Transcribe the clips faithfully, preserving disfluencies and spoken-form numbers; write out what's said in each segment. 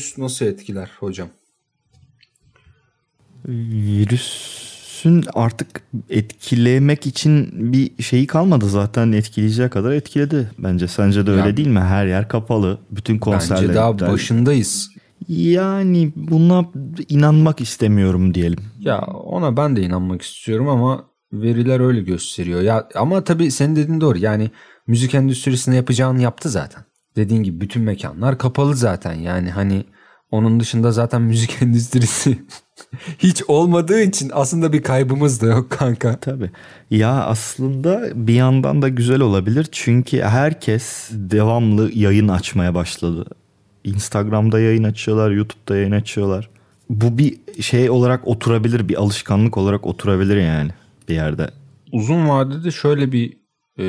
virüs nasıl etkiler hocam? Virüsün artık etkilemek için bir şeyi kalmadı, zaten etkileyeceği kadar etkiledi bence. Sence de öyle ya, değil mi? Her yer kapalı. Bütün konserler bence daha iptal. Başındayız. Yani buna inanmak istemiyorum diyelim. Ya ona ben de inanmak istiyorum ama veriler öyle gösteriyor. Ya ama tabii senin dediğin doğru. Yani müzik endüstrisine yapacağını yaptı zaten. Dediğin gibi bütün mekanlar kapalı zaten. Yani hani onun dışında zaten müzik endüstrisi hiç olmadığı için aslında bir kaybımız da yok kanka. Tabii. Ya aslında bir yandan da güzel olabilir. Çünkü herkes devamlı yayın açmaya başladı. Instagram'da yayın açıyorlar, YouTube'da yayın açıyorlar. Bu bir şey olarak oturabilir, bir alışkanlık olarak oturabilir yani bir yerde. Uzun vadede şöyle bir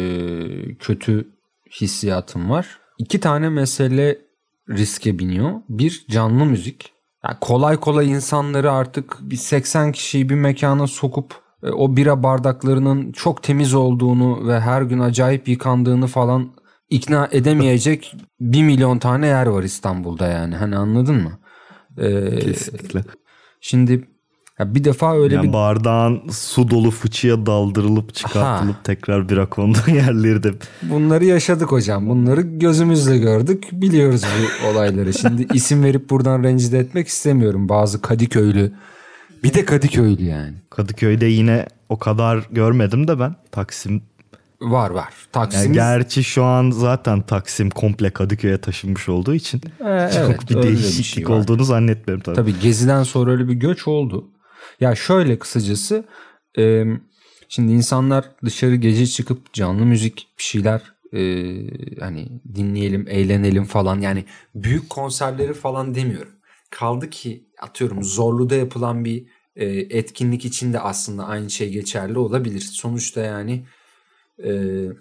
e, kötü hissiyatım var. İki tane mesele riske biniyor. Bir, canlı müzik. Yani kolay kolay insanları artık bir seksen kişiyi bir mekana sokup e, o bira bardaklarının çok temiz olduğunu ve her gün acayip yıkandığını falan ikna edemeyecek bir milyon tane yer var İstanbul'da yani. Hani anladın mı? Ee, Kesinlikle. Şimdi ya bir defa öyle yani bir... bardağın su dolu fıçıya daldırılıp çıkartılıp ha. tekrar bira konduğu yerlerde. Bunları yaşadık hocam. Bunları gözümüzle gördük. Biliyoruz bu olayları. Şimdi isim verip buradan rencide etmek istemiyorum. Bazı Kadıköylü. Bir de Kadıköylü yani. Kadıköy'de yine o kadar görmedim de ben. Taksim var var. Taksim. Yani gerçi şu an zaten Taksim komple Kadıköy'e taşınmış olduğu için ee, çok evet, bir değişiklik bir şey olduğunu zannetmiyorum tabii. Tabii Gezi'den sonra öyle bir göç oldu. Ya şöyle kısacası e, şimdi insanlar dışarı gece çıkıp canlı müzik bir şeyler e, hani dinleyelim, eğlenelim falan. Yani büyük konserleri falan demiyorum. Kaldı ki atıyorum Zorlu'da yapılan bir e, etkinlik için de aslında aynı şey geçerli olabilir. Sonuçta yani e,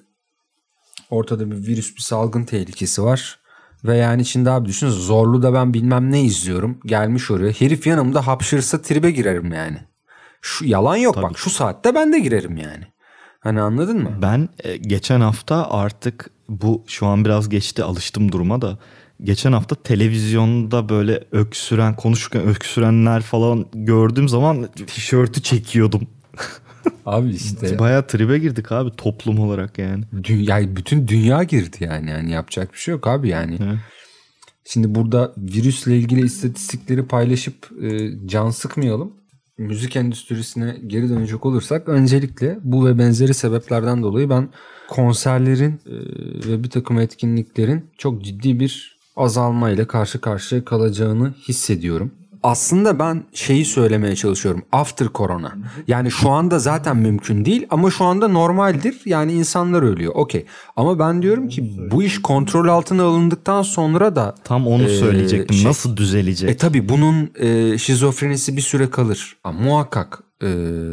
ortada bir virüs, bir salgın tehlikesi var. Ve yani şimdi abi düşün, Zorlu'da ben bilmem ne izliyorum. Gelmiş oraya. Herif yanımda hapşırsa tribe girerim yani. Şu yalan yok. Tabii. Bak şu saatte ben de girerim yani. Hani anladın mı? Ben e, geçen hafta artık bu şu an biraz geçti, alıştım duruma da. Geçen hafta televizyonda böyle öksüren, konuşurken öksürenler falan gördüğüm zaman tişörtü çekiyordum. Abi işte. Bayağı tribe girdik abi toplum olarak yani. Dünya, bütün dünya girdi yani. Yani yapacak bir şey yok abi yani. Hı. Şimdi burada virüsle ilgili istatistikleri paylaşıp e, can sıkmayalım. Müzik endüstrisine geri dönecek olursak öncelikle bu ve benzeri sebeplerden dolayı ben konserlerin e, ve bir takım etkinliklerin çok ciddi bir azalmayla karşı karşıya kalacağını hissediyorum. Aslında ben şeyi söylemeye çalışıyorum. After corona. Yani şu anda zaten mümkün değil ama şu anda normaldir. Yani insanlar ölüyor. Okey. Ama ben diyorum ki bu iş kontrol altına alındıktan sonra da... Tam onu söyleyecektim. E, şey, Nasıl düzelecek? E tabii bunun e, şizofrenisi bir süre kalır. Ama muhakkak e,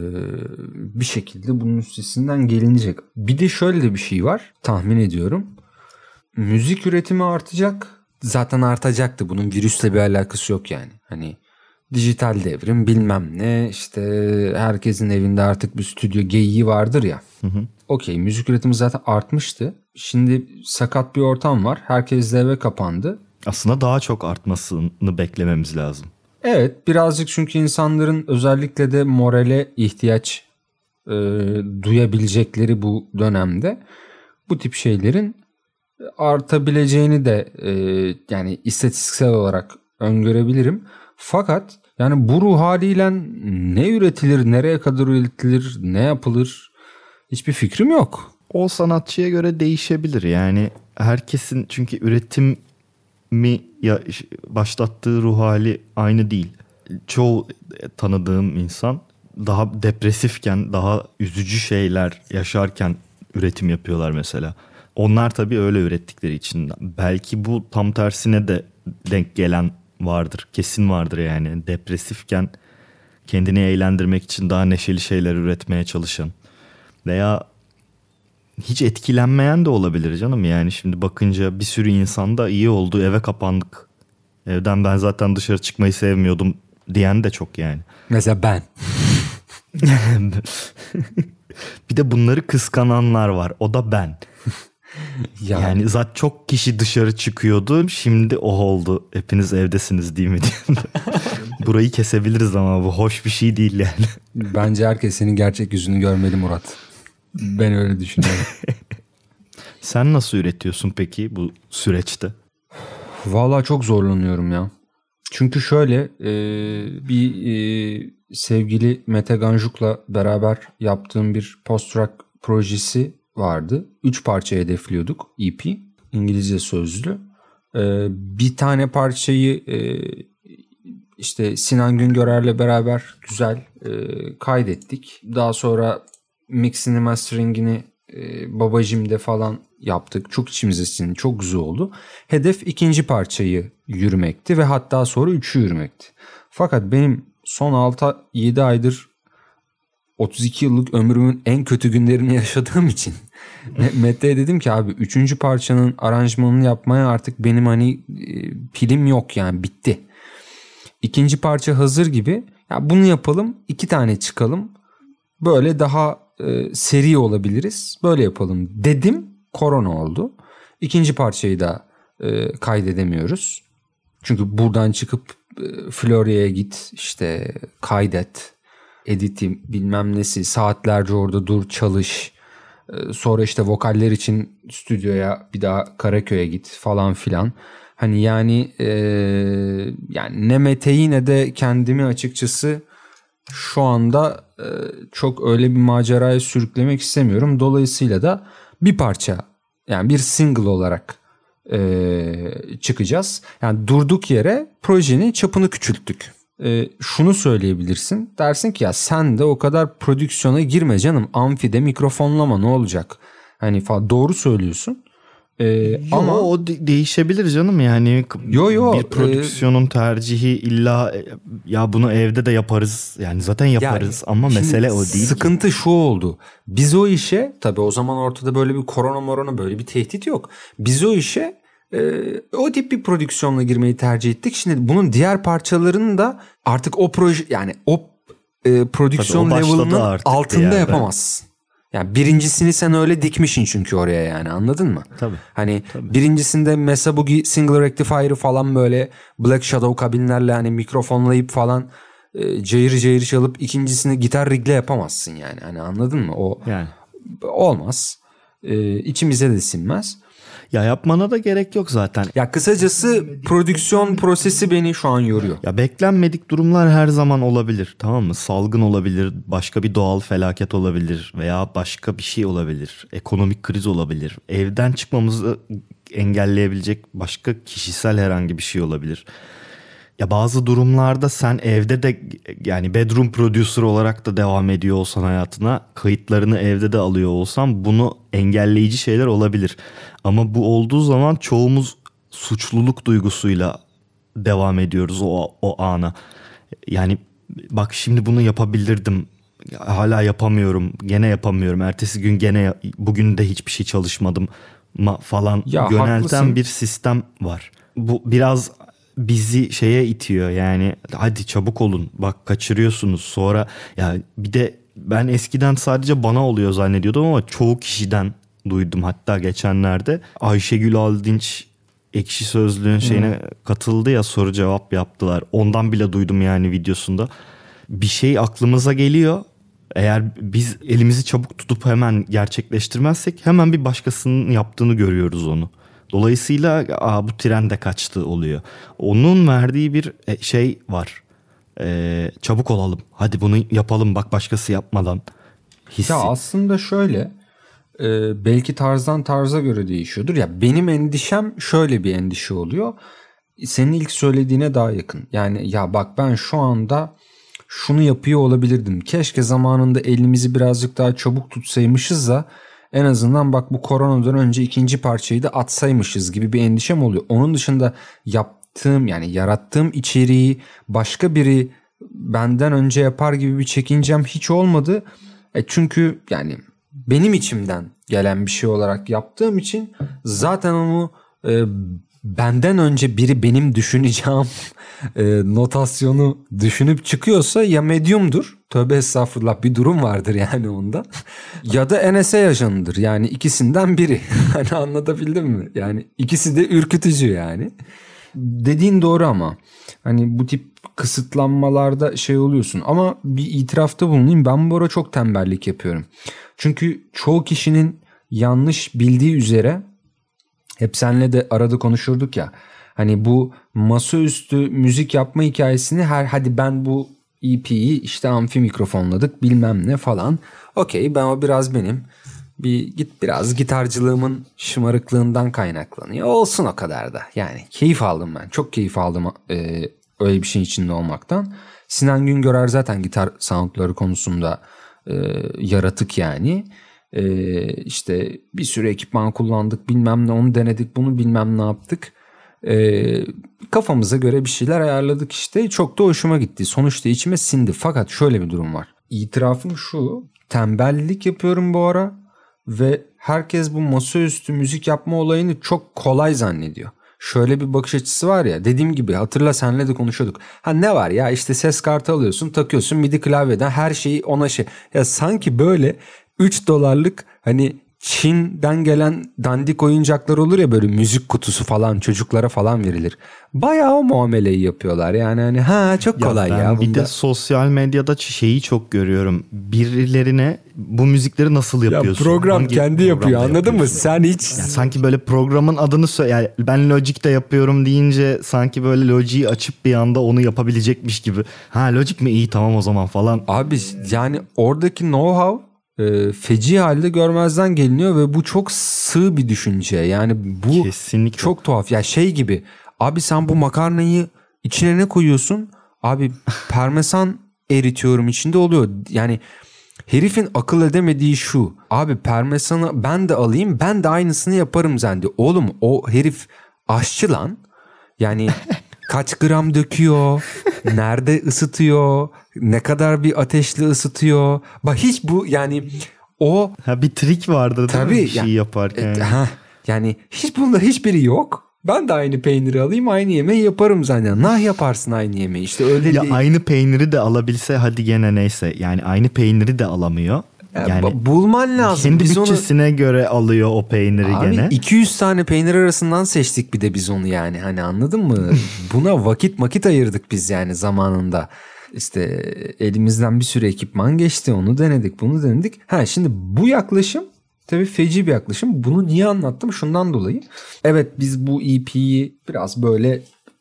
bir şekilde bunun üstesinden gelinecek. Bir de şöyle de bir şey var. Tahmin ediyorum. Müzik üretimi artacak. Zaten artacaktı. Bunun virüsle bir alakası yok yani. Hani dijital devrim bilmem ne, işte herkesin evinde artık bir stüdyo geyiği vardır ya. Hı hı. Okey, müzik üretimi zaten artmıştı. Şimdi sakat bir ortam var. Herkes de eve kapandı. Aslında daha çok artmasını beklememiz lazım. Evet, birazcık çünkü insanların özellikle de morale ihtiyaç e, duyabilecekleri bu dönemde bu tip şeylerin artabileceğini de e, yani istatistiksel olarak öngörebilirim. Fakat yani bu ruh haliyle ne üretilir, nereye kadar üretilir, ne yapılır hiçbir fikrim yok. O sanatçıya göre değişebilir. Yani herkesin çünkü üretimi ya başlattığı ruh hali aynı değil. Çoğu tanıdığım insan daha depresifken, daha üzücü şeyler yaşarken üretim yapıyorlar mesela. Onlar tabii öyle ürettikleri için. Belki bu tam tersine de denk gelen vardır. Kesin vardır yani. Depresifken kendini eğlendirmek için daha neşeli şeyler üretmeye çalışan. Veya hiç etkilenmeyen de olabilir canım. Yani şimdi bakınca bir sürü insan da iyi oldu, eve kapandık. Evden ben zaten dışarı çıkmayı sevmiyordum diyen de çok yani. Mesela ben. Bir de bunları kıskananlar var. O da ben. Ya. Yani zaten çok kişi dışarı çıkıyordu. Şimdi o oldu. Hepiniz evdesiniz değil mi? Burayı kesebiliriz ama bu hoş bir şey değil yani. Bence herkes senin gerçek yüzünü görmeli Murat. Ben öyle düşünüyorum. Sen nasıl üretiyorsun peki bu süreçte? Vallahi çok zorlanıyorum ya. Çünkü şöyle e, bir e, sevgili Mete Ganjuk'la beraber yaptığım bir post-rock projesi vardı. Üç parça hedefliyorduk E P. İngilizce sözlü. E, bir tane parçayı e, işte Sinan Güngörer'le beraber güzel e, kaydettik. Daha sonra mixini masteringini e, Babacim'de falan yaptık. Çok içimize sindi. Çok güzel oldu. Hedef ikinci parçayı yürümekti ve hatta sonra üçü yürümekti. Fakat benim son altı yedi aydır otuz iki yıllık ömrümün en kötü günlerini yaşadığım için Mete'ye dedim ki abi üçüncü parçanın aranjmanını yapmaya artık benim hani e, pilim yok yani bitti. İkinci parça hazır gibi. Ya bunu yapalım, iki tane çıkalım. Böyle daha e, seri olabiliriz. Böyle yapalım dedim. Korona oldu. İkinci parçayı da e, kaydedemiyoruz. Çünkü buradan çıkıp e, Florya'ya git, işte kaydet, editi bilmem nesi, saatlerce orada dur, çalış. E, sonra işte vokaller için stüdyoya bir daha Karaköy'e git falan filan. Hani yani e, yani ne Mete'yi ne de kendimi açıkçası şu anda e, çok öyle bir maceraya sürüklemek istemiyorum. Dolayısıyla da bir parça yani bir single olarak e, çıkacağız. Yani durduk yere projenin çapını küçülttük. E, şunu söyleyebilirsin. Dersin ki ya sen de o kadar prodüksiyona girme canım. Amfide mikrofonlama ne olacak? Hani falan doğru söylüyorsun. Ee, yo, ama o de- değişebilir canım yani yo, yo, bir prodüksiyonun e... tercihi illa ya bunu evde de yaparız yani zaten yaparız ya, ama mesele o değil. Sıkıntı ki. Şu oldu. Biz o işe tabii o zaman ortada böyle bir korona morona böyle bir tehdit yok. Biz o işe e, o tip bir prodüksiyonla girmeyi tercih ettik. Şimdi bunun diğer parçalarını da artık o proje yani o e, prodüksiyon level'ının altında yapamazsın. Yani birincisini sen öyle dikmişsin çünkü oraya yani anladın mı? Tabii. Hani tabii. birincisinde Mesa Boogie Single Rectifier'ı falan böyle Black Shadow kabinlerle hani mikrofonlayıp falan e, cayır cayır çalıp ikincisini gitar rigle yapamazsın yani. Hani anladın mı? O yani olmaz. E, içimize de sinmez. Ya yapmana da gerek yok zaten. Ya kısacası prodüksiyon prosesi beni şu an yoruyor. Ya beklenmedik durumlar her zaman olabilir, tamam mı? Salgın olabilir, başka bir doğal felaket olabilir veya başka bir şey olabilir. Ekonomik kriz olabilir. Evden çıkmamızı engelleyebilecek başka kişisel herhangi bir şey olabilir. Ya bazı durumlarda sen evde de yani bedroom producer olarak da devam ediyor olsan hayatına, kayıtlarını evde de alıyor olsan bunu engelleyici şeyler olabilir. Ama bu olduğu zaman çoğumuz suçluluk duygusuyla devam ediyoruz o, o ana. Yani bak şimdi bunu yapabilirdim, hala yapamıyorum, gene yapamıyorum, ertesi gün gene bugün de hiçbir şey çalışmadım falan ya, yönelten haklısın. Bir sistem var. Bu biraz bizi şeye itiyor yani, hadi çabuk olun bak kaçırıyorsunuz sonra. Ya bir de ben eskiden sadece bana oluyor zannediyordum ama çoğu kişiden duydum, hatta geçenlerde Ayşegül Aldinç Ekşi Sözlüğün şeyine hmm. katıldı ya, soru cevap yaptılar, ondan bile duydum yani videosunda. Bir şey aklımıza geliyor, eğer biz elimizi çabuk tutup hemen gerçekleştirmezsek hemen bir başkasının yaptığını görüyoruz onu. Dolayısıyla aa, bu tren de kaçtı oluyor. Onun verdiği bir şey var. Ee, çabuk olalım. Hadi bunu yapalım bak başkası yapmadan hissi. Ya aslında şöyle e, belki tarzdan tarza göre değişiyordur. Ya benim endişem şöyle bir endişe oluyor. Senin ilk söylediğine daha yakın. Yani ya bak ben şu anda şunu yapıyor olabilirdim. Keşke zamanında elimizi birazcık daha çabuk tutsaymışız da en azından bak bu koronadan önce ikinci parçayı da atsaymışız gibi bir endişem oluyor. Onun dışında yaptığım yani yarattığım içeriği başka biri benden önce yapar gibi bir çekincem hiç olmadı. E çünkü yani benim içimden gelen bir şey olarak yaptığım için zaten onu e, benden önce biri benim düşüneceğim e, notasyonu düşünüp çıkıyorsa ya medyumdur. Tövbe estağfurullah, bir durum vardır yani onda. Ya da N S A ajanıdır. Yani ikisinden biri. Hani anlatabildim mi? Yani ikisi de ürkütücü yani. Dediğin doğru ama hani bu tip kısıtlanmalarda şey oluyorsun. Ama bir itirafta bulunayım. Ben bu ara çok tembellik yapıyorum. Çünkü çoğu kişinin yanlış bildiği üzere, hep seninle de arada konuşurduk ya. Hani bu masaüstü müzik yapma hikayesini her hadi ben bu E P'yi işte amfi mikrofonladık bilmem ne falan. Okey, ben o biraz benim. Bir git biraz gitarcılığımın şımarıklığından kaynaklanıyor. Olsun o kadar da. Yani keyif aldım ben. Çok keyif aldım e, öyle bir şeyin içinde olmaktan. Sinan Güngörer zaten gitar soundları konusunda e, yaratık yani. Ee, işte bir sürü ekipman kullandık, bilmem ne, onu denedik, bunu bilmem ne yaptık. Ee, kafamıza göre bir şeyler ayarladık işte. Çok da hoşuma gitti. Sonuçta içime sindi. Fakat şöyle bir durum var. İtirafım şu: tembellik yapıyorum bu ara ve herkes bu masaüstü müzik yapma olayını çok kolay zannediyor. Şöyle bir bakış açısı var ya, dediğim gibi hatırla, senle de konuşuyorduk. Ha ne var ya, işte ses kartı alıyorsun, takıyorsun, midi klavyeden her şeyi ona şey. Ya sanki böyle üç dolarlık hani Çin'den gelen dandik oyuncaklar olur ya, böyle müzik kutusu falan çocuklara falan verilir. Bayağı o muameleyi yapıyorlar yani, hani ha çok kolay ya. ya ben bunda. bir de sosyal medyada şeyi çok görüyorum. Birilerine bu müzikleri nasıl yapıyorsun? Ya program Hangi kendi yapıyor, programda anladın mı? yapıyorsun? Sen hiç... Ya sanki böyle programın adını söyle. Yani ben Logic'te yapıyorum deyince sanki böyle Logic'i açıp bir anda onu yapabilecekmiş gibi. Ha Logic mi, iyi tamam o zaman falan. Abi yani oradaki know-how e, feci halde görmezden geliniyor ve bu çok sığ bir düşünce. Yani bu Kesinlikle. çok tuhaf. Ya şey gibi, abi sen bu makarnayı içine ne koyuyorsun? Abi parmesan eritiyorum, içinde oluyor. Yani herifin akıl edemediği şu: abi parmesanı ben de alayım, ben de aynısını yaparım zendi. Oğlum o herif aşçı lan. Yani kaç gram döküyor, nerede ısıtıyor, ne kadar bir ateşle ısıtıyor. Bak hiç bu yani o... Ha bir trik vardı değil Tabii, mi bir şey yani, yaparken? E, ha, yani hiç bunda hiçbiri yok. Ben de aynı peyniri alayım, aynı yemeği yaparım zaten. Nah yaparsın aynı yemeği. İşte öyle Ya değil. aynı peyniri de alabilse hadi gene neyse. Yani aynı peyniri de alamıyor. Yani ba- bulman lazım. kendi Biz bütçesine onu... göre alıyor o peyniri Abi gene. iki yüz tane peynir arasından seçtik bir de biz onu yani. Hani anladın mı? Buna vakit vakit ayırdık biz yani zamanında. İşte elimizden bir sürü ekipman geçti. Onu denedik, bunu denedik. Ha şimdi bu yaklaşım tabii feci bir yaklaşım. Bunu niye anlattım? Şundan dolayı. Evet, biz bu E P'yi biraz böyle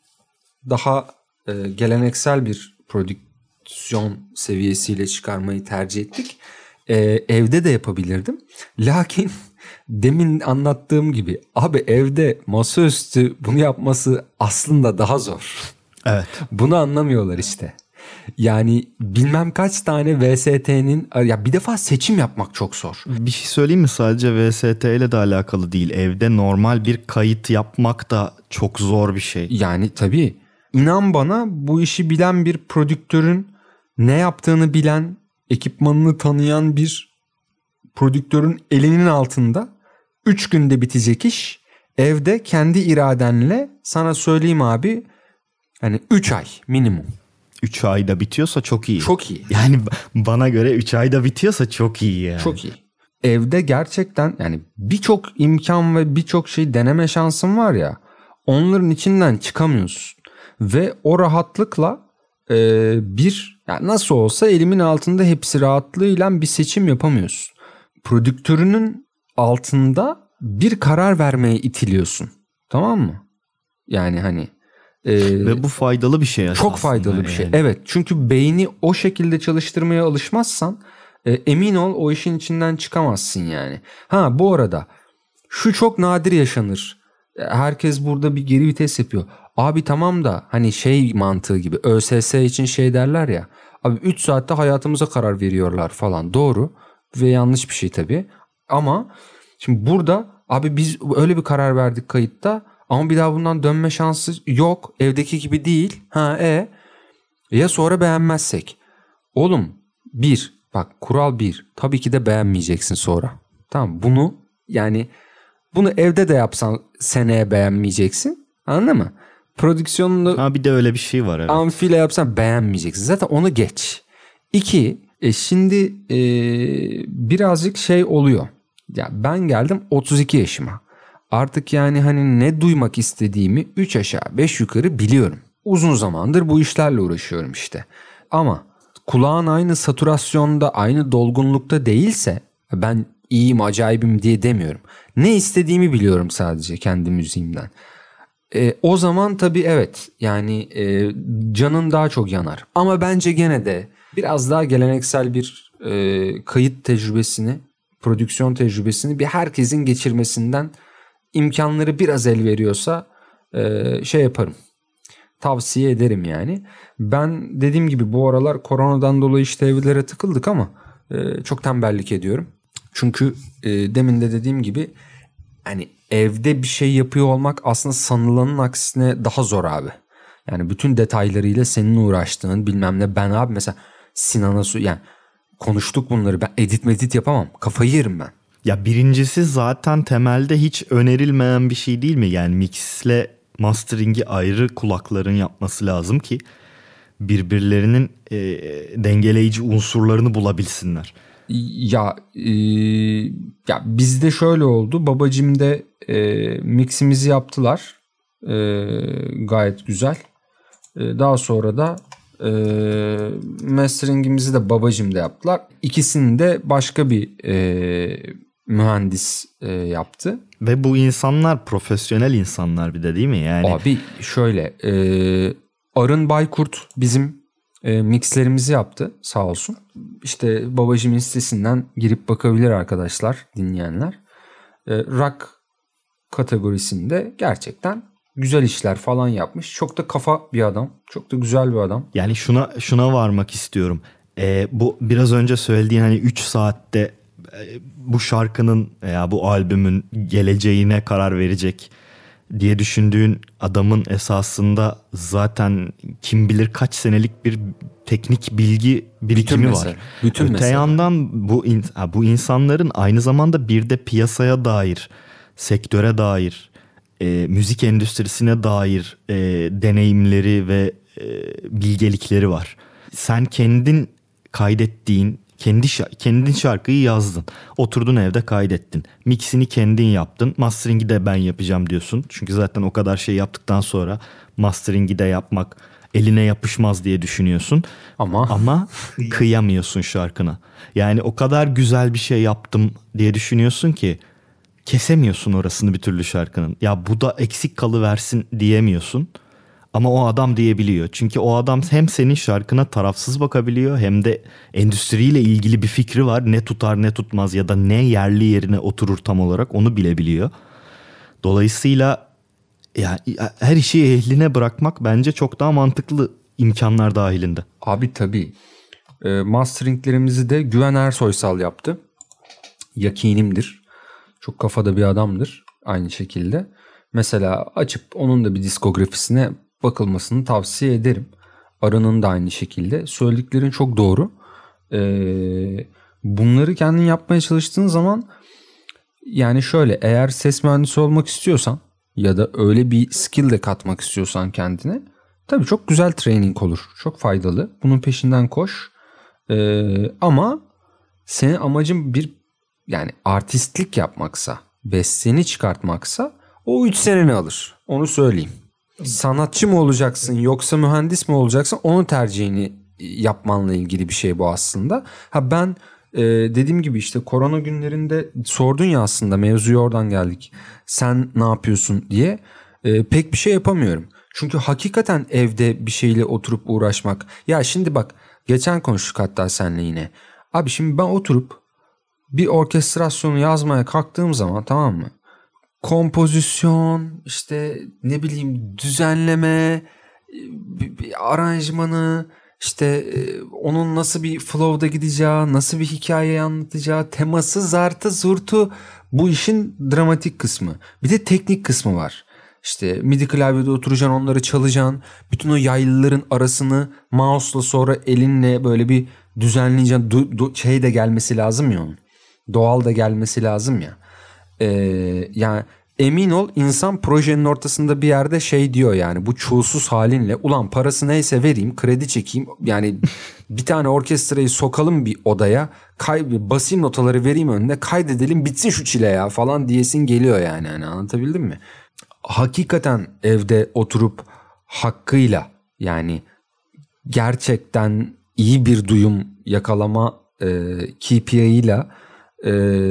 daha e, geleneksel bir prodüksiyon seviyesiyle çıkarmayı tercih ettik. E, evde de yapabilirdim. Lakin demin anlattığım gibi abi, evde masaüstü bunu yapması aslında daha zor. Evet. Bunu anlamıyorlar işte. Yani bilmem kaç tane V S T'nin, ya bir defa seçim yapmak çok zor. Bir şey söyleyeyim mi? Sadece V S T ile de alakalı değil. Evde normal bir kayıt yapmak da çok zor bir şey. Yani tabii, inan bana, bu işi bilen bir prodüktörün, ne yaptığını bilen, ekipmanını tanıyan bir prodüktörün elinin altında üç günde bitecek iş, evde kendi iradenle sana söyleyeyim abi, hani üç ay minimum. üç ayda bitiyorsa çok iyi. Çok iyi. Yani bana göre üç ayda bitiyorsa çok iyi yani. Çok iyi. Evde gerçekten yani birçok imkan ve birçok şey deneme şansın var ya, onların içinden çıkamıyorsun. Ve o rahatlıkla e, bir, yani nasıl olsa elimin altında hepsi rahatlığıyla bir seçim yapamıyorsun. Prodüktörünün altında bir karar vermeye itiliyorsun. Tamam mı? Yani hani e, ve bu faydalı bir şey aslında. Çok faydalı bir şey. Yani. Evet, çünkü beyni o şekilde çalıştırmaya alışmazsan e, emin ol o işin içinden çıkamazsın yani. Ha bu arada şu çok nadir yaşanır. Herkes burada bir geri vites yapıyor. Abi tamam da hani şey mantığı gibi, Ö S S için şey derler ya. Abi üç saatte hayatımıza karar veriyorlar falan. Doğru ve yanlış bir şey tabii. Ama şimdi burada abi biz öyle bir karar verdik kayıtta. Ama bir daha bundan dönme şansı yok. Evdeki gibi değil. Ha e ya sonra beğenmezsek? Oğlum bir, bak kural bir. Tabii ki de beğenmeyeceksin sonra. Tamam, bunu yani bunu evde de yapsan seneye beğenmeyeceksin. Anladın mı? Prodüksiyonunu Ha bir de öyle bir şey var evet. amfiyle yapsan beğenmeyeceksin. Zaten onu geç. İki, e şimdi e, birazcık şey oluyor. Ya ben geldim otuz iki yaşıma. Artık yani hani ne duymak istediğimi üç aşağı beş yukarı biliyorum. Uzun zamandır bu işlerle uğraşıyorum işte. Ama kulağın aynı satürasyonda, aynı dolgunlukta değilse ben iyiyim, acayibim diye demiyorum. Ne istediğimi biliyorum sadece kendi müziğimden. E, o zaman tabii evet yani e, canın daha çok yanar. Ama bence gene de biraz daha geleneksel bir e, kayıt tecrübesini, prodüksiyon tecrübesini bir herkesin geçirmesinden imkanları biraz el veriyorsa e, şey yaparım. Tavsiye ederim yani. Ben dediğim gibi bu aralar koronadan dolayı işte evlere tıkıldık ama e, çok tembellik ediyorum. Çünkü e, demin de dediğim gibi hani evde bir şey yapıyor olmak aslında sanılanın aksine daha zor abi. Yani bütün detaylarıyla senin uğraştığın bilmem ne. Ben abi mesela Sinan'a su yani konuştuk bunları, ben edit medit yapamam. Kafayı yerim ben. Ya birincisi zaten temelde hiç önerilmeyen bir şey değil mi? Yani mixle mastering'i ayrı kulakların yapması lazım ki birbirlerinin e, dengeleyici unsurlarını bulabilsinler. Ya e, ya bizde şöyle oldu. Babacim'de e, miximizi yaptılar. E, gayet güzel. E, daha sonra da e, masteringimizi de babacim'de yaptılar. İkisini de başka bir e, mühendis e, yaptı. Ve bu insanlar profesyonel insanlar bir de değil mi? Yani Abi şöyle e, Arın Baykurt bizim e, mixlerimizi yaptı sağ olsun. İşte babacımın sitesinden girip bakabilir arkadaşlar, dinleyenler. E, rock kategorisinde gerçekten güzel işler falan yapmış. Çok da kafa bir adam. Çok da güzel bir adam. yani şuna şuna varmak istiyorum. Ee, bu biraz önce söylediğin hani üç saatte e, bu şarkının veya bu albümün geleceğine karar verecek diye düşündüğün adamın esasında zaten kim bilir kaç senelik bir teknik bilgi birikimi mesele, var. bütün Öte mesele. yandan bu in- ha, bu insanların aynı zamanda bir de piyasaya dair, sektöre dair, e, müzik endüstrisine dair e, deneyimleri ve e, bilgelikleri var. Sen kendin kaydettiğin kendi şa- kendin şarkıyı yazdın. Oturdun evde kaydettin. Mixini kendin yaptın. Mastering'i de ben yapacağım diyorsun. Çünkü zaten o kadar şey yaptıktan sonra mastering'i de yapmak eline yapışmaz diye düşünüyorsun. Ama Ama kıyamıyorsun şarkına. Yani o kadar güzel bir şey yaptım diye düşünüyorsun ki kesemiyorsun orasını bir türlü şarkının. Ya bu da eksik kalıversin diyemiyorsun. Ama o adam diyebiliyor. Çünkü o adam hem senin şarkına tarafsız bakabiliyor hem de endüstriyle ilgili bir fikri var. Ne tutar ne tutmaz ya da ne yerli yerine oturur tam olarak onu bilebiliyor. Dolayısıyla ya her işi ehline bırakmak bence çok daha mantıklı imkanlar dahilinde. abi tabii e, masteringlerimizi de Güven Ersoysal yaptı. Yakinimdir. Çok kafada bir adamdır aynı şekilde. Mesela açıp onun da bir diskografisine bakılmasını tavsiye ederim. Arın'ın da aynı şekilde. Söylediklerin çok doğru. Ee, bunları kendin yapmaya çalıştığın zaman yani şöyle, eğer ses mühendisi olmak istiyorsan ya da öyle bir skill de katmak istiyorsan kendine, tabii çok güzel training olur. Çok faydalı. Bunun peşinden koş. Ee, ama senin amacın bir yani artistlik yapmaksa, besteni çıkartmaksa o üç seneni alır. Onu söyleyeyim. Sanatçı mı olacaksın yoksa mühendis mi olacaksın, onun tercihini yapmanla ilgili bir şey bu aslında. Ha ben e, dediğim gibi işte korona günlerinde sordun ya, aslında mevzuya oradan geldik. Sen ne yapıyorsun diye. E, pek bir şey yapamıyorum. Çünkü hakikaten evde bir şeyle oturup uğraşmak. Ya şimdi bak, geçen konuştuk hatta seninle yine. Abi şimdi ben oturup bir orkestrasyonu yazmaya kalktığım zaman, tamam mı? Kompozisyon, işte ne bileyim düzenleme, bir, bir aranjmanı, işte onun nasıl bir flow'da gideceği, nasıl bir hikayeyi anlatacağı, teması, zartı, zurtu, bu işin dramatik kısmı. Bir de teknik kısmı var. İşte midi klavyede oturacaksın, onları çalacaksın. Bütün o yaylıların arasını mouse'la sonra elinle böyle bir düzenleyeceksin. Du, du, şey de gelmesi lazım ya onun. Doğal da gelmesi lazım ya. Ee, yani emin ol insan projenin ortasında bir yerde şey diyor yani bu çulsuz halinle ulan parası neyse vereyim kredi çekeyim yani bir tane orkestrayı sokalım bir odaya kay, basayım notaları vereyim önüne kaydedelim bitsin şu çile ya falan diyesin geliyor yani, yani anlatabildim mi? Hakikaten evde oturup hakkıyla yani gerçekten iyi bir duyum yakalama e, K P I'yle e,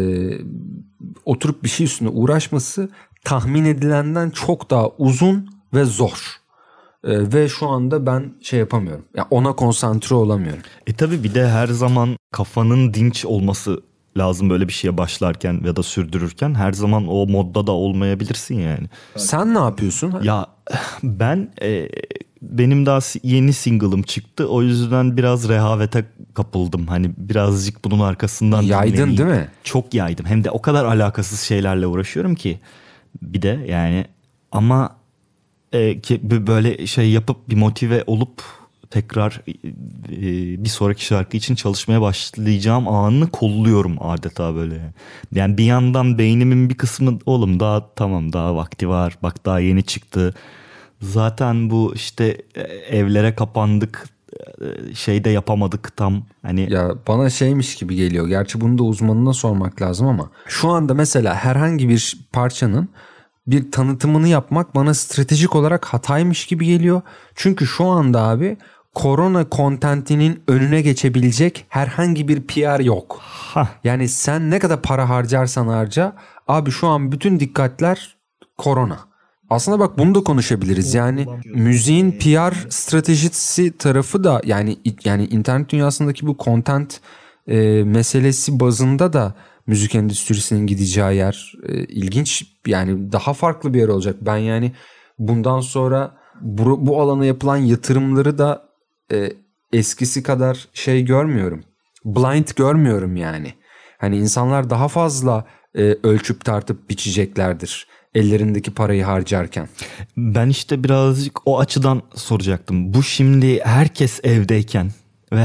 oturup bir şey üstüne uğraşması tahmin edilenden çok daha uzun ve zor. E, ve şu anda ben şey yapamıyorum. Yani ona konsantre olamıyorum. E tabii bir de her zaman kafanın dinç olması lazım böyle bir şeye başlarken ya da sürdürürken. Her zaman o modda da olmayabilirsin yani. Sen ne yapıyorsun? Ya ben e, benim daha yeni single'ım çıktı. O yüzden biraz rehavete kapıldım. Hani birazcık bunun arkasından yaydın dinleneyim. Değil mi? Çok yaydım. Hem de o kadar alakasız şeylerle uğraşıyorum ki. Bir de yani ama e, ki böyle şey yapıp bir motive olup tekrar e, bir sonraki şarkı için çalışmaya başlayacağım anını kolluyorum adeta böyle. Yani bir yandan beynimin bir kısmı oğlum daha tamam daha vakti var. Bak daha yeni çıktı. Zaten bu işte evlere kapandık şey de yapamadık tam hani. Ya bana şeymiş gibi geliyor. Gerçi bunu da uzmanına sormak lazım ama şu anda mesela herhangi bir parçanın bir tanıtımını yapmak bana stratejik olarak hataymış gibi geliyor. Çünkü şu anda abi korona kontentinin önüne geçebilecek herhangi bir P R yok. Hah. Yani sen ne kadar para harcarsan harca abi şu an bütün dikkatler korona. Aslında bak bunu da konuşabiliriz. Yani müziğin P R stratejisi tarafı da yani yani internet dünyasındaki bu content e, meselesi bazında da müzik endüstrisinin gideceği yer e, ilginç yani daha farklı bir yer olacak. Ben yani bundan sonra bu, bu alana yapılan yatırımları da e, eskisi kadar şey görmüyorum. Blind görmüyorum yani. Hani insanlar daha fazla e, ölçüp tartıp biçeceklerdir ellerindeki parayı harcarken. Ben işte birazcık o açıdan soracaktım. Bu şimdi herkes evdeyken ve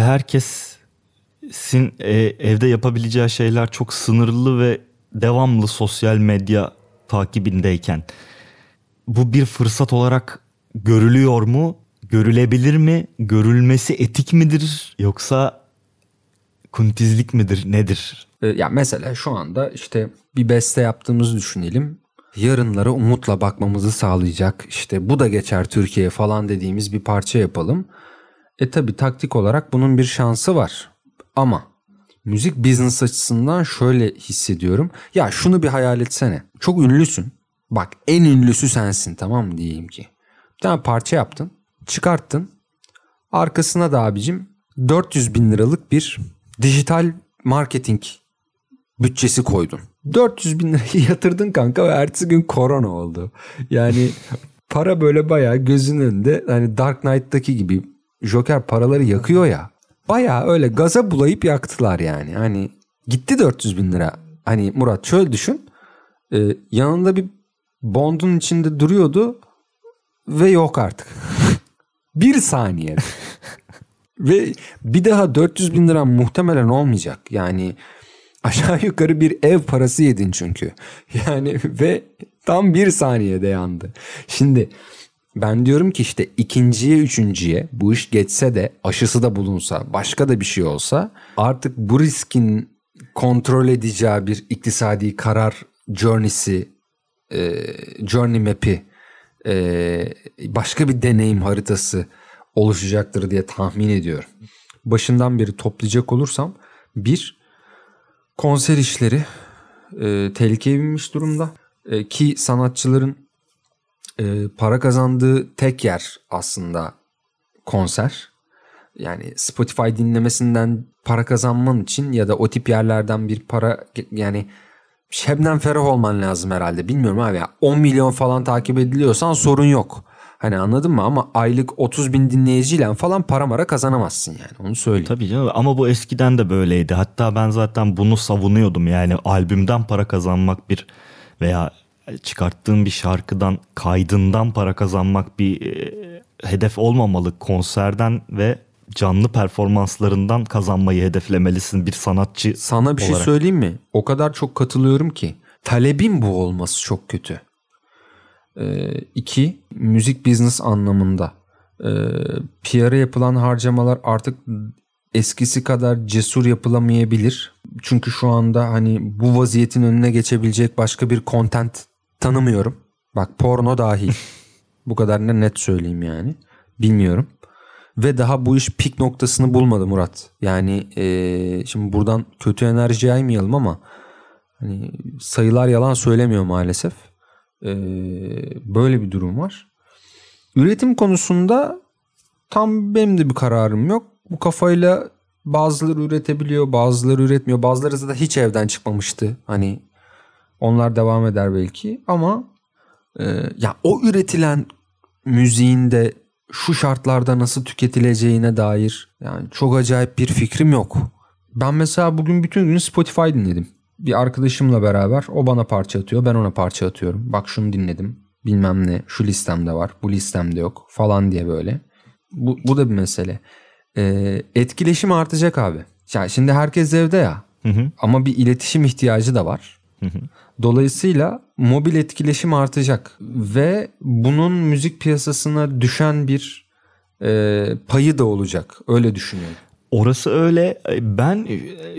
herkesin e, evde yapabileceği şeyler çok sınırlı ve devamlı sosyal medya takibindeyken bu bir fırsat olarak görülüyor mu? Görülebilir mi? Görülmesi etik midir? Yoksa kuntizlik midir? Nedir? E, ya mesela şu anda işte bir beste yaptığımızı düşünelim. Yarınlara umutla bakmamızı sağlayacak işte bu da geçer Türkiye falan dediğimiz bir parça yapalım. E tabi taktik olarak bunun bir şansı var. Ama müzik business açısından şöyle hissediyorum. Ya şunu bir hayal etsene. Çok ünlüsün. Bak en ünlüsü sensin tamam mı diyeyim ki. Bir tane parça yaptın. Çıkarttın. Arkasına da abicim dört yüz bin liralık bir dijital marketing bütçesi koydun. dört yüz bin lirayı yatırdın kanka ve ertesi gün korona oldu. Yani para böyle bayağı gözünün önünde hani Dark Knight'taki gibi Joker paraları yakıyor ya. Bayağı öyle gaza bulayıp yaktılar yani. Hani gitti dört yüz bin lira. Hani Murat şöyle düşün. Ee, yanında bir Bond'un içinde duruyordu ve yok artık. Bir saniye. Ve bir daha dört yüz bin lira muhtemelen olmayacak. Yani aşağı yukarı bir ev parası yedin çünkü. Yani ve tam bir saniyede yandı. Şimdi ben diyorum ki işte ikinciye üçüncüye bu iş geçse de aşısı da bulunsa başka da bir şey olsa artık bu riskin kontrol edeceği bir iktisadi karar journey'si e, journey map'i e, başka bir deneyim haritası oluşacaktır diye tahmin ediyorum. Başından beri toplayacak olursam bir konser işleri e, tehlikeye binmiş durumda e, ki sanatçıların e, para kazandığı tek yer aslında konser. Yani Spotify dinlemesinden para kazanman için ya da o tip yerlerden bir para yani Şebnem Ferah olman lazım herhalde bilmiyorum abi ya on milyon falan takip ediliyorsan sorun yok. Hani anladın mı ama aylık otuz bin dinleyiciyle falan para mara kazanamazsın yani onu söyleyeyim. Tabii canım ama bu eskiden de böyleydi. Hatta ben zaten bunu savunuyordum yani albümden para kazanmak bir veya çıkarttığın bir şarkıdan kaydından para kazanmak bir e, hedef olmamalı. Konserden ve canlı performanslarından kazanmayı hedeflemelisin bir sanatçı Sana bir olarak. şey söyleyeyim mi? O kadar çok katılıyorum ki talebin bu olması çok kötü. Ee, iki, müzik business anlamında. Ee, P R'a yapılan harcamalar artık eskisi kadar cesur yapılamayabilir. Çünkü şu anda hani bu vaziyetin önüne geçebilecek başka bir content tanımıyorum. Bak porno dahil. Bu kadar ne net söyleyeyim yani. Bilmiyorum. Ve daha bu iş pik noktasını bulmadı Murat. Yani ee, şimdi buradan kötü enerji yaymayalım ama hani sayılar yalan söylemiyor maalesef. Ee, böyle bir durum var. Üretim konusunda tam benim de bir kararım yok. Bu kafayla bazıları üretebiliyor, bazıları üretmiyor. Bazıları da hiç evden çıkmamıştı. Hani onlar devam eder belki ama e, ya o üretilen müziğin de şu şartlarda nasıl tüketileceğine dair yani çok acayip bir fikrim yok. Ben mesela bugün bütün gün Spotify dinledim. Bir arkadaşımla beraber o bana parça atıyor, ben ona parça atıyorum. Bak şunu dinledim, bilmem ne, şu listemde var, bu listemde yok falan diye böyle. Bu, bu da bir mesele. Ee, etkileşim artacak abi. Yani şimdi herkes evde ya. Hı hı. Ama bir iletişim ihtiyacı da var. Hı hı. Dolayısıyla mobil etkileşim artacak ve bunun müzik piyasasına düşen bir e, payı da olacak. Öyle düşünüyorum. Orası öyle. Ben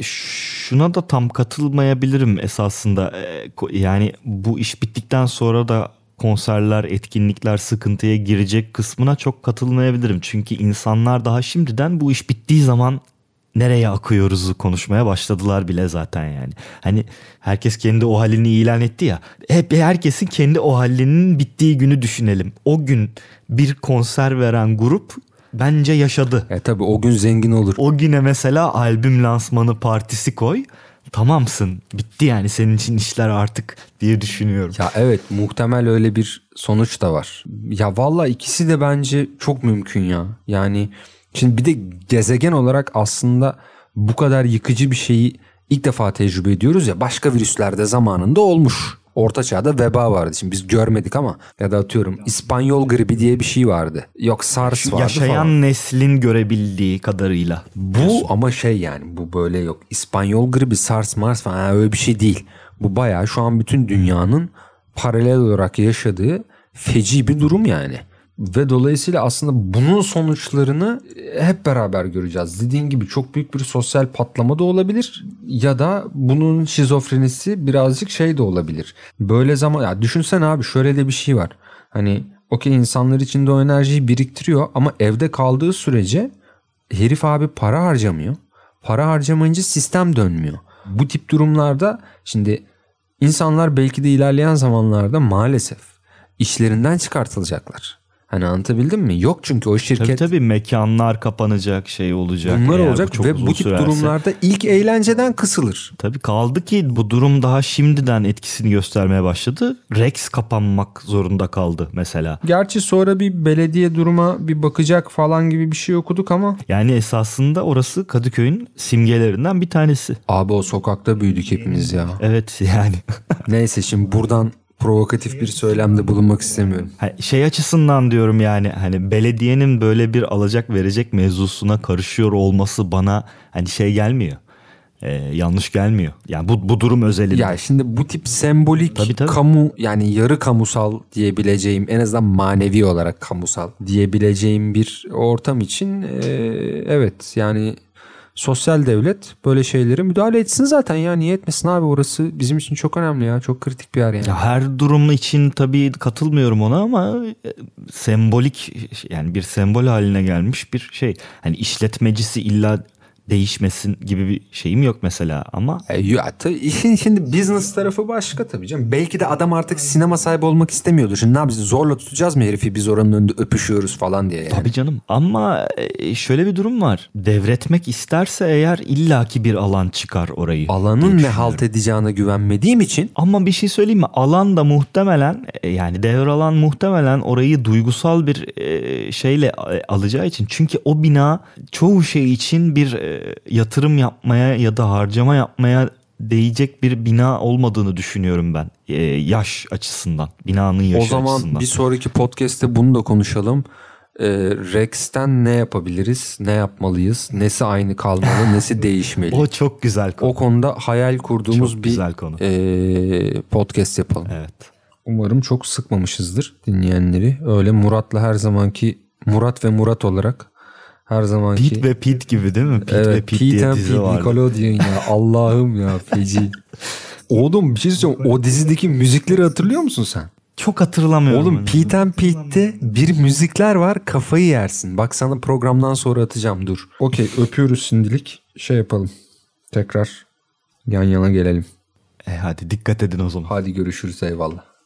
şuna da tam katılmayabilirim esasında. Yani bu iş bittikten sonra da konserler, etkinlikler sıkıntıya girecek kısmına çok katılmayabilirim. Çünkü insanlar daha şimdiden bu iş bittiği zaman nereye akıyoruzu konuşmaya başladılar bile zaten yani. Hani herkes kendi o halini ilan etti ya. Hep herkesin kendi o halinin bittiği günü düşünelim. O gün bir konser veren grup bence yaşadı. E tabii o gün zengin olur. O güne mesela albüm lansmanı partisi koy. Tamamsın. Bitti yani senin için işler artık diye düşünüyorum. Ya evet, muhtemel öyle bir sonuç da var. Ya valla ikisi de bence çok mümkün ya. Yani şimdi bir de gezegen olarak aslında bu kadar yıkıcı bir şeyi ilk defa tecrübe ediyoruz ya. Başka virüslerde zamanında olmuş. Orta Çağ'da veba vardı. Şimdi biz görmedik ama ya da atıyorum İspanyol gribi diye bir şey vardı. Yok SARS vardı Yaşayan falan. neslin görebildiği kadarıyla. Bu ama şey yani bu böyle yok. İspanyol gribi, SARS, Mars falan yani öyle bir şey değil. Bu bayağı şu an bütün dünyanın paralel olarak yaşadığı feci bir durum yani. Ve dolayısıyla aslında bunun sonuçlarını hep beraber göreceğiz. Dediğin gibi çok büyük bir sosyal patlama da olabilir ya da bunun şizofrenisi birazcık şey de olabilir. Böyle zaman ya düşünsene abi, şöyle de bir şey var. Hani okey, insanlar içinde o enerjiyi biriktiriyor ama evde kaldığı sürece herif abi para harcamıyor. Para harcamayınca sistem dönmüyor. Bu tip durumlarda şimdi insanlar belki de ilerleyen zamanlarda maalesef işlerinden çıkartılacaklar. Hani anlatabildim mi? Yok çünkü o şirket... Tabii tabii mekanlar kapanacak, şey olacak. Bunlar Eğer olacak bu ve bu tip sürerse. durumlarda ilk eğlenceden kısılır. Tabii kaldı ki bu durum daha şimdiden etkisini göstermeye başladı. Rex kapanmak zorunda kaldı mesela. Gerçi sonra bir belediye duruma bir bakacak falan gibi bir şey okuduk ama... Yani esasında orası Kadıköy'ün simgelerinden bir tanesi. Abi o sokakta büyüdük hepimiz ya. Evet yani. Neyse şimdi buradan provokatif bir söylemde bulunmak istemiyorum. Şey açısından diyorum yani hani belediyenin böyle bir alacak verecek mevzusuna karışıyor olması bana hani şey gelmiyor. Ee, yanlış gelmiyor. Yani bu bu durum özelinde. Ya şimdi bu tip sembolik tabii, tabii. kamu yani yarı kamusal diyebileceğim, en azından manevi olarak kamusal diyebileceğim bir ortam için e, evet yani sosyal devlet böyle şeylere müdahale etsin zaten ya, niye etmesin abi, orası bizim için çok önemli ya, çok kritik bir yer yani. Ya her durum için tabii katılmıyorum ona ama sembolik yani bir sembol haline gelmiş bir şey. Hani işletmecisi illa değişmesin gibi bir şeyim yok mesela ama. E, ya, tabii işin şimdi business tarafı başka tabii canım. Belki de adam artık sinema sahibi olmak istemiyordur. Şimdi ne yapacağız, zorla tutacağız mı herifi, biz oranın önünde öpüşüyoruz falan diye yani. Tabii canım ama şöyle bir durum var. Devretmek isterse eğer illaki bir alan çıkar orayı. Alanın ne halt edeceğine güvenmediğim için. Ama bir şey söyleyeyim mi? Alan da muhtemelen yani devralan muhtemelen orayı duygusal bir şeyle alacağı için. Çünkü o bina çoğu şey için bir yatırım yapmaya ya da harcama yapmaya değecek bir bina olmadığını düşünüyorum ben. Ee, yaş açısından, binanın yaşı açısından. O zaman açısından. Bir sonraki podcast'te bunu da konuşalım. Ee, Rex'ten ne yapabiliriz, ne yapmalıyız, nesi aynı kalmalı, nesi değişmeli. O çok güzel konu. O konuda hayal kurduğumuz çok bir güzel konu. E, podcast yapalım. Evet. Umarım çok sıkmamışızdır dinleyenleri. Öyle Murat'la her zamanki Murat ve Murat olarak her zamanki. Pete ve Pete gibi değil mi? Pete evet, ve Pete, Pete diye dizi Pete, vardı. Nickelodeon ya. Allah'ım ya feci. Oğlum bir şey söyleyeceğim. O dizideki müzikleri hatırlıyor musun sen? Çok hatırlamıyorum. Oğlum Pete and Pete'te bir müzikler var, kafayı yersin. Bak sana programdan sonra atacağım, dur. Okey, öpüyoruz şimdilik. Şey yapalım. Tekrar yan yana gelelim. E hadi dikkat edin o zaman. Hadi görüşürüz, eyvallah.